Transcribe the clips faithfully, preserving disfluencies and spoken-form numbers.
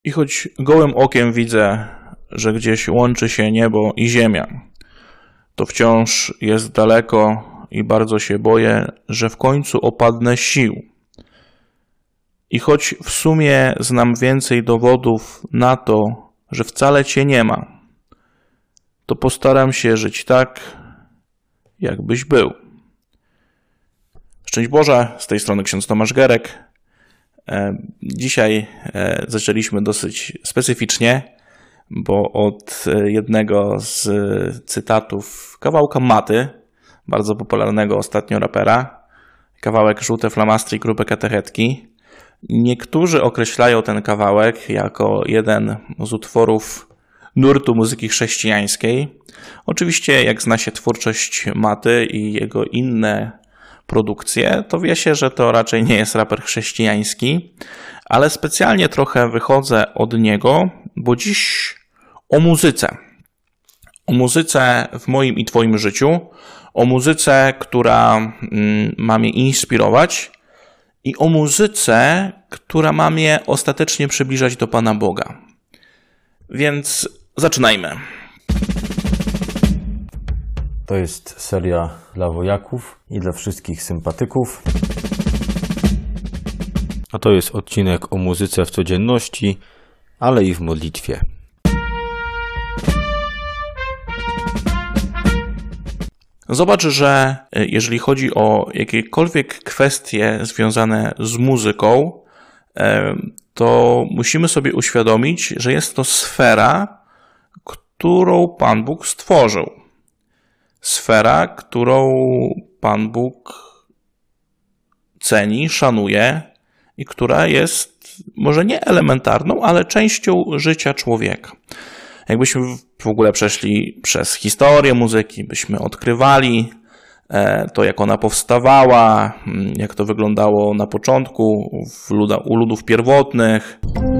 I choć gołym okiem widzę, że gdzieś łączy się niebo i ziemia, to wciąż jest daleko i bardzo się boję, że w końcu opadnę sił. I choć w sumie znam więcej dowodów na to, że wcale Cię nie ma, to postaram się żyć tak, jakbyś był. Szczęść Boże, z tej strony ksiądz Tomasz Gerek. Dzisiaj zaczęliśmy dosyć specyficznie, bo od jednego z cytatów kawałka Maty, bardzo popularnego ostatnio rapera, kawałek Żółte flamastry i grube katechetki. Niektórzy określają ten kawałek jako jeden z utworów nurtu muzyki chrześcijańskiej. Oczywiście jak zna się twórczość Maty i jego inne produkcje, to wie się, że to raczej nie jest raper chrześcijański, ale specjalnie trochę wychodzę od niego, bo dziś o muzyce. O muzyce w moim i Twoim życiu, o muzyce, która ma mnie inspirować i o muzyce, która ma mnie ostatecznie przybliżać do Pana Boga. Więc zaczynajmy. To jest seria dla wojaków i dla wszystkich sympatyków. A to jest odcinek o muzyce w codzienności, ale i w modlitwie. Zobacz, że jeżeli chodzi o jakiekolwiek kwestie związane z muzyką, to musimy sobie uświadomić, że jest to sfera, którą Pan Bóg stworzył. Sfera, którą Pan Bóg ceni, szanuje i która jest może nie elementarną, ale częścią życia człowieka. Jakbyśmy w ogóle przeszli przez historię muzyki, byśmy odkrywali to, jak ona powstawała, jak to wyglądało na początku w luda, u ludów pierwotnych.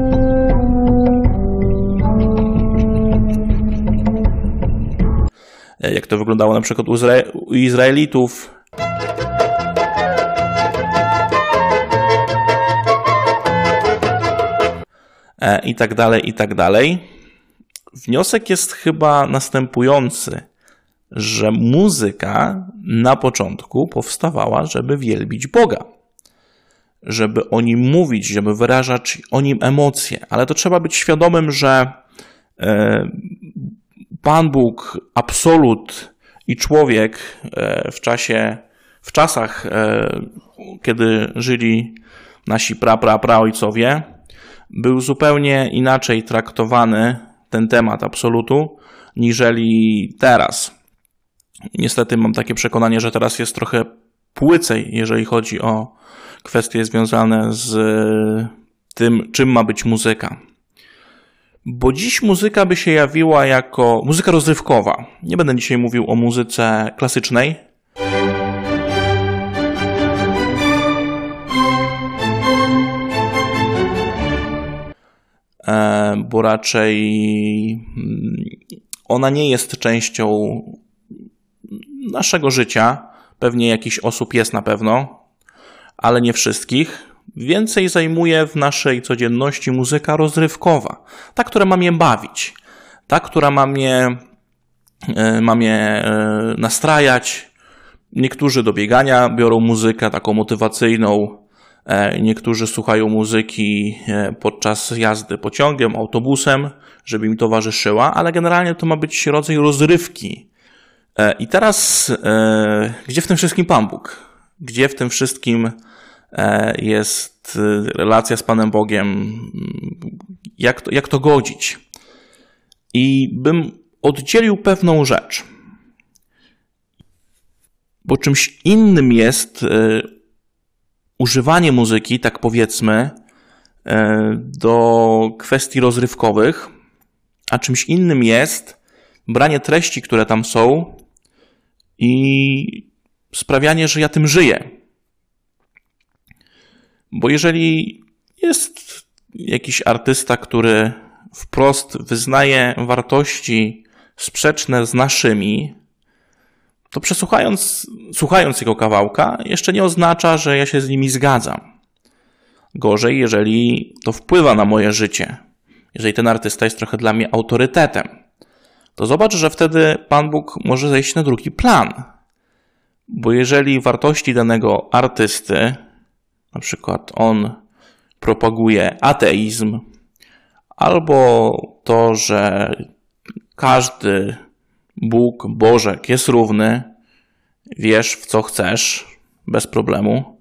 Jak to wyglądało na przykład u, Izra- u Izraelitów. I tak dalej, i tak dalej. Wniosek jest chyba następujący, że muzyka na początku powstawała, żeby wielbić Boga. Żeby o Nim mówić, żeby wyrażać o Nim emocje. Ale to trzeba być świadomym, że Pan Bóg, absolut i człowiek w czasie, w czasach, kiedy żyli nasi pra, pra, praojcowie, był zupełnie inaczej traktowany ten temat absolutu, niżeli teraz. Niestety mam takie przekonanie, że teraz jest trochę płycej, jeżeli chodzi o kwestie związane z tym, czym ma być muzyka. Bo dziś muzyka by się jawiła jako muzyka rozrywkowa. Nie będę dzisiaj mówił o muzyce klasycznej. Bo raczej ona nie jest częścią naszego życia. Pewnie jakichś osób jest na pewno, ale nie wszystkich. Więcej zajmuje w naszej codzienności muzyka rozrywkowa. Ta, która ma mnie bawić. Ta, która ma mnie, ma mnie nastrajać. Niektórzy do biegania biorą muzykę taką motywacyjną. Niektórzy słuchają muzyki podczas jazdy pociągiem, autobusem, żeby im towarzyszyła, ale generalnie to ma być rodzaj rozrywki. I teraz, gdzie w tym wszystkim Pan Bóg? Gdzie w tym wszystkim jest relacja z Panem Bogiem? Jak to, jak to godzić? I bym oddzielił pewną rzecz. Bo czymś innym jest używanie muzyki, tak powiedzmy, do kwestii rozrywkowych, a czymś innym jest branie treści, które tam są i sprawianie, że ja tym żyję. Bo jeżeli jest jakiś artysta, który wprost wyznaje wartości sprzeczne z naszymi, to przesłuchając, słuchając jego kawałka, jeszcze nie oznacza, że ja się z nimi zgadzam. Gorzej, jeżeli to wpływa na moje życie. jeżeli ten artysta jest trochę dla mnie autorytetem, to zobacz, że wtedy Pan Bóg może zejść na drugi plan. Bo jeżeli wartości danego artysty, na przykład on propaguje ateizm, albo to, że każdy Bóg, Bożek jest równy, wiesz w co chcesz, bez problemu,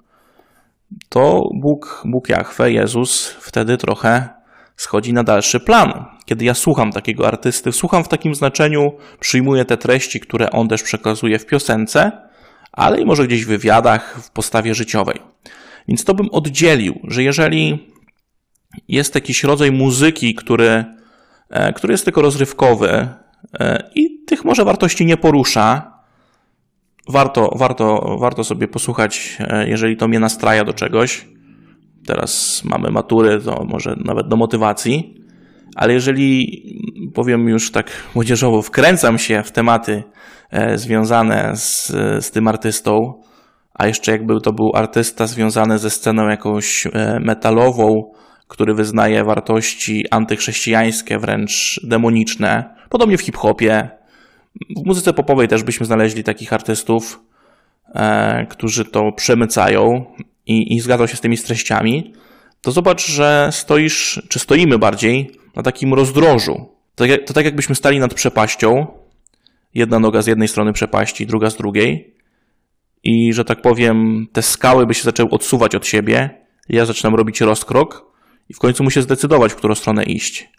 to Bóg, Bóg Jahwe, Jezus wtedy trochę schodzi na dalszy plan. Kiedy ja słucham takiego artysty, słucham w takim znaczeniu, przyjmuję te treści, które on też przekazuje w piosence, ale i może gdzieś w wywiadach, w postawie życiowej. Więc to bym oddzielił, że jeżeli jest jakiś rodzaj muzyki, który, który jest tylko rozrywkowy i tych może wartości nie porusza, warto, warto, warto sobie posłuchać, jeżeli to mnie nastraja do czegoś. Teraz mamy matury, to może nawet do motywacji, ale jeżeli, powiem już tak młodzieżowo, wkręcam się w tematy związane z, z tym artystą, a jeszcze jakby to był artysta związany ze sceną jakąś metalową, który wyznaje wartości antychrześcijańskie, wręcz demoniczne, podobnie w hip-hopie. W muzyce popowej też byśmy znaleźli takich artystów, e, którzy to przemycają i, i zgadzał się z tymi treściami, to zobacz, że stoisz, czy stoimy bardziej na takim rozdrożu. To, to tak jakbyśmy stali nad przepaścią, jedna noga z jednej strony przepaści, druga z drugiej i, że tak powiem, te skały by się zaczęły odsuwać od siebie, ja zaczynam robić rozkrok i w końcu muszę zdecydować, w którą stronę iść.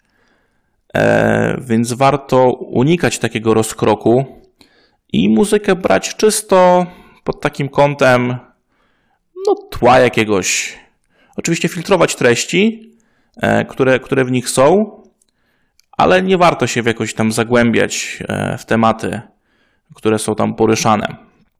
E, więc warto unikać takiego rozkroku i muzykę brać czysto pod takim kątem no, tła jakiegoś. Oczywiście filtrować treści, e, które, które w nich są, ale nie warto się w jakoś tam zagłębiać e, w tematy, które są tam poruszane.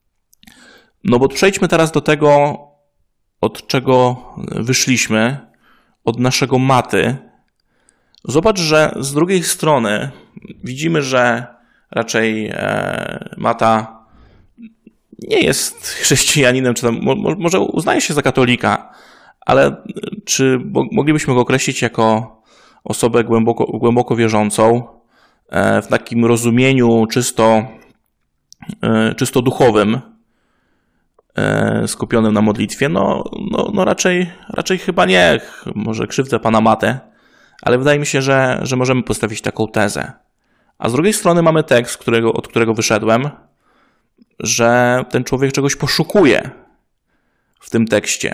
No bo przejdźmy teraz do tego, od czego wyszliśmy, od naszego maty. Zobacz, że z drugiej strony widzimy, że raczej e, Mata nie jest chrześcijaninem, czy tam, mo, może uznaje się za katolika, ale czy moglibyśmy go określić jako osobę głęboko, głęboko wierzącą, e, w takim rozumieniu czysto, e, czysto duchowym, e, skupionym na modlitwie? No, no, no raczej, raczej chyba nie. Może krzywdzę pana Matę, ale wydaje mi się, że, że możemy postawić taką tezę. A z drugiej strony mamy tekst, którego, od którego wyszedłem, że ten człowiek czegoś poszukuje w tym tekście,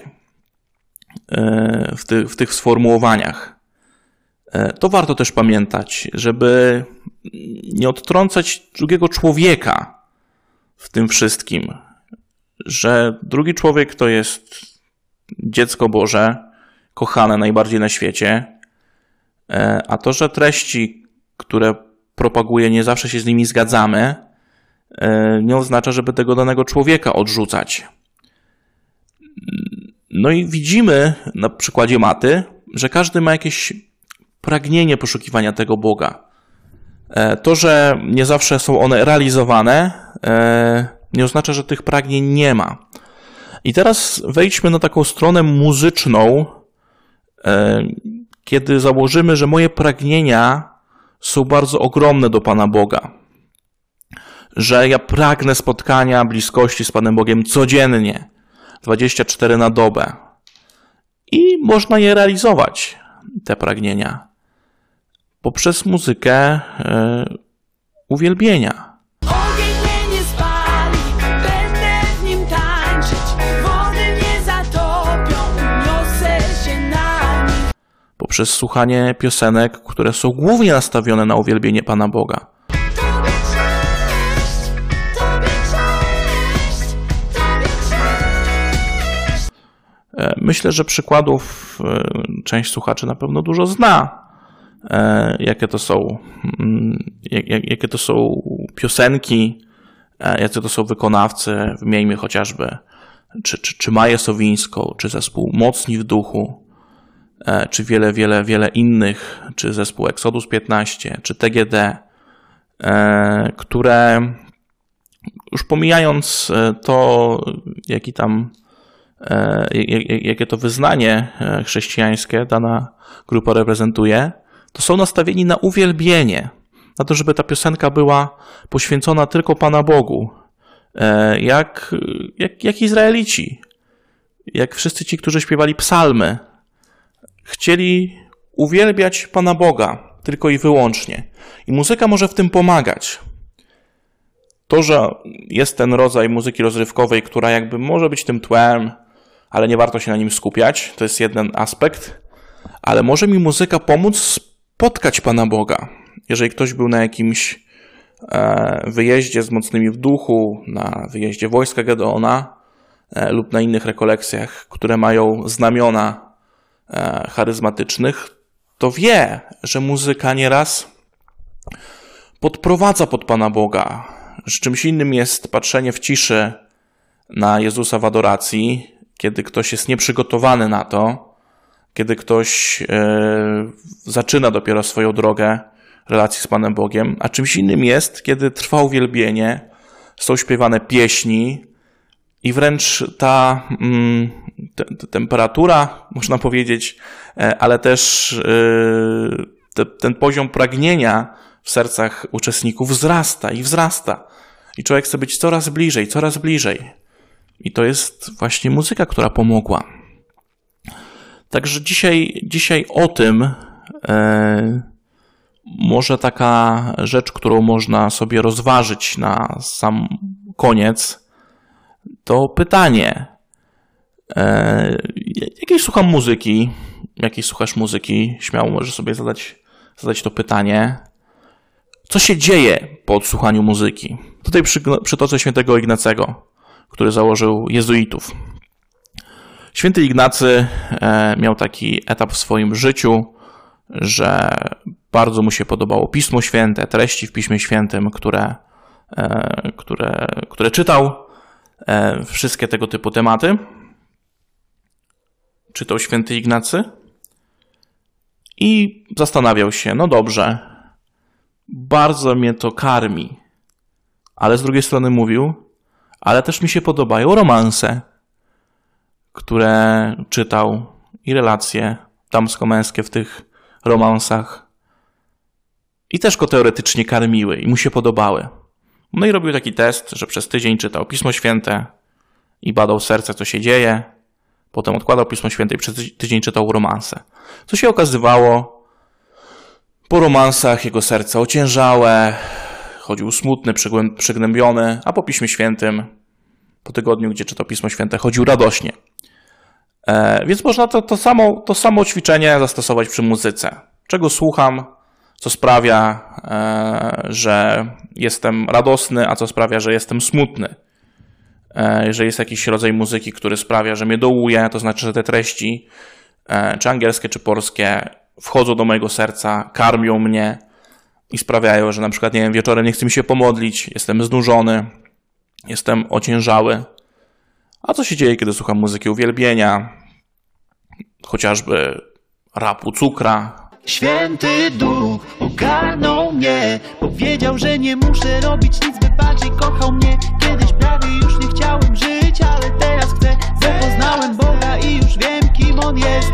w, ty, w tych sformułowaniach. To warto też pamiętać, żeby nie odtrącać drugiego człowieka w tym wszystkim, że drugi człowiek to jest dziecko Boże, kochane najbardziej na świecie, a to, że treści, które propaguje, nie zawsze się z nimi zgadzamy, nie oznacza, żeby tego danego człowieka odrzucać. No i widzimy na przykładzie Maty, że każdy ma jakieś pragnienie poszukiwania tego Boga. To, że nie zawsze są one realizowane, nie oznacza, że tych pragnień nie ma. I teraz wejdźmy na taką stronę muzyczną, kiedy założymy, że moje pragnienia są bardzo ogromne do Pana Boga. Że ja pragnę spotkania, bliskości z Panem Bogiem codziennie, dwadzieścia cztery na dobę. I można je realizować, te pragnienia, poprzez muzykę yy, uwielbienia. Ogień mnie nie spali, będę w nim tańczyć, wody nie zatopią, uniosę się na nim. Poprzez słuchanie piosenek, które są głównie nastawione na uwielbienie Pana Boga. Tobie cześć, Tobie cześć, Tobie cześć. Myślę, że przykładów część słuchaczy na pewno dużo zna. Jakie to są, jak, jakie to są piosenki, jacy to są wykonawcy. Wymiejmy chociażby czy, czy, czy Maję Sowińską, czy zespół Mocni w Duchu, czy wiele, wiele, wiele innych, czy zespół Exodus piętnaście, czy T G D, które już pomijając to, jaki tam, jakie to wyznanie chrześcijańskie dana grupa reprezentuje, to są nastawieni na uwielbienie, na to, żeby ta piosenka była poświęcona tylko Pana Bogu, jak, jak, jak Izraelici, jak wszyscy ci, którzy śpiewali psalmy, chcieli uwielbiać Pana Boga tylko i wyłącznie. I muzyka może w tym pomagać. To, że jest ten rodzaj muzyki rozrywkowej, która jakby może być tym tłem, ale nie warto się na nim skupiać, to jest jeden aspekt, ale może mi muzyka pomóc spotkać Pana Boga. Jeżeli ktoś był na jakimś e, wyjeździe z mocnymi w duchu, na wyjeździe wojska Gedeona e, lub na innych rekolekcjach, które mają znamiona e, charyzmatycznych, to wie, że muzyka nieraz podprowadza pod Pana Boga. Że czymś innym jest patrzenie w ciszy na Jezusa w adoracji, kiedy ktoś jest nieprzygotowany na to, kiedy ktoś e, zaczyna dopiero swoją drogę relacji z Panem Bogiem, a czymś innym jest, kiedy trwa uwielbienie, są śpiewane pieśni i wręcz ta mm, te, te temperatura, można powiedzieć, e, ale też e, te, ten poziom pragnienia w sercach uczestników wzrasta i wzrasta. I człowiek chce być coraz bliżej, coraz bliżej. I to jest właśnie muzyka, która pomogła. Także dzisiaj, dzisiaj o tym e, może taka rzecz, którą można sobie rozważyć na sam koniec, to pytanie. E, jakiej słucham muzyki? Jakiej słuchasz muzyki? Śmiało możesz sobie zadać, zadać to pytanie. Co się dzieje po odsłuchaniu muzyki? Tutaj przy, przytoczę świętego Ignacego, który założył jezuitów. Święty Ignacy e, miał taki etap w swoim życiu, że bardzo mu się podobało Pismo Święte, treści w Piśmie Świętym, które, e, które, które czytał, e, wszystkie tego typu tematy. Czytał święty Ignacy i zastanawiał się, no dobrze, bardzo mnie to karmi, ale z drugiej strony mówił, ale też mi się podobają romanse, które czytał i relacje damsko-męskie w tych romansach i też go teoretycznie karmiły i mu się podobały. No i robił taki test, że przez tydzień czytał Pismo Święte i badał serce, co się dzieje. Potem odkładał Pismo Święte i przez tydzień czytał romanse. Co się okazywało? Po romansach jego serce ociężałe, chodził smutny, przygnębiony, a po Piśmie Świętym, po tygodniu, gdzie czytał Pismo Święte, chodził radośnie. E, więc można to, to, samo, to samo ćwiczenie zastosować przy muzyce. Czego słucham, co sprawia, e, że jestem radosny, a co sprawia, że jestem smutny. E, jeżeli jest jakiś rodzaj muzyki, który sprawia, że mnie dołuje, to znaczy, że te treści, e, czy angielskie, czy polskie, wchodzą do mojego serca, karmią mnie i sprawiają, że na przykład, nie wiem, wieczorem nie chce mi się pomodlić, jestem znużony, jestem ociężały. A co się dzieje, kiedy słucham muzyki uwielbienia, chociażby rapu Cukra? Święty Duch ogarnął mnie, powiedział, że nie muszę robić nic, by bardziej kochał mnie. Kiedyś prawie już nie chciałem żyć, ale teraz chcę, bo poznałem Boga i już wiem, kim On jest.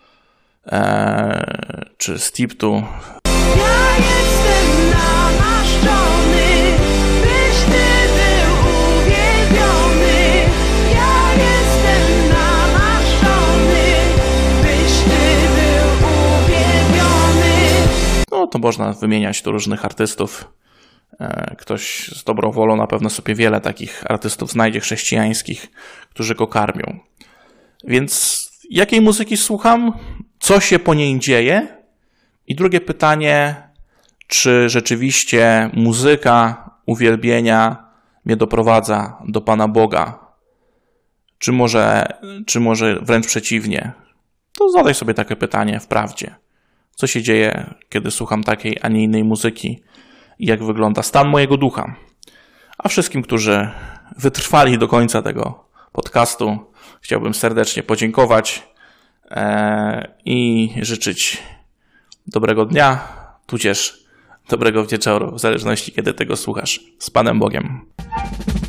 Eee, czy Stiptu? Ja jestem namaszczony, byś Ty był uwielbiony. Ja jestem namaszczony, byś Ty był uwielbiony. No to można wymieniać tu różnych artystów. Eee, ktoś z dobrą wolą na pewno sobie wiele takich artystów znajdzie chrześcijańskich, którzy go karmią. Więc jakiej muzyki słucham? Co się po niej dzieje? I drugie pytanie, czy rzeczywiście muzyka uwielbienia mnie doprowadza do Pana Boga? Czy może, czy może wręcz przeciwnie? To zadaj sobie takie pytanie wprawdzie. Co się dzieje, kiedy słucham takiej, a nie innej muzyki? I jak wygląda stan mojego ducha? A wszystkim, którzy wytrwali do końca tego podcastu, chciałbym serdecznie podziękować i życzyć dobrego dnia, tudzież dobrego wieczoru, w zależności kiedy tego słuchasz. Z Panem Bogiem.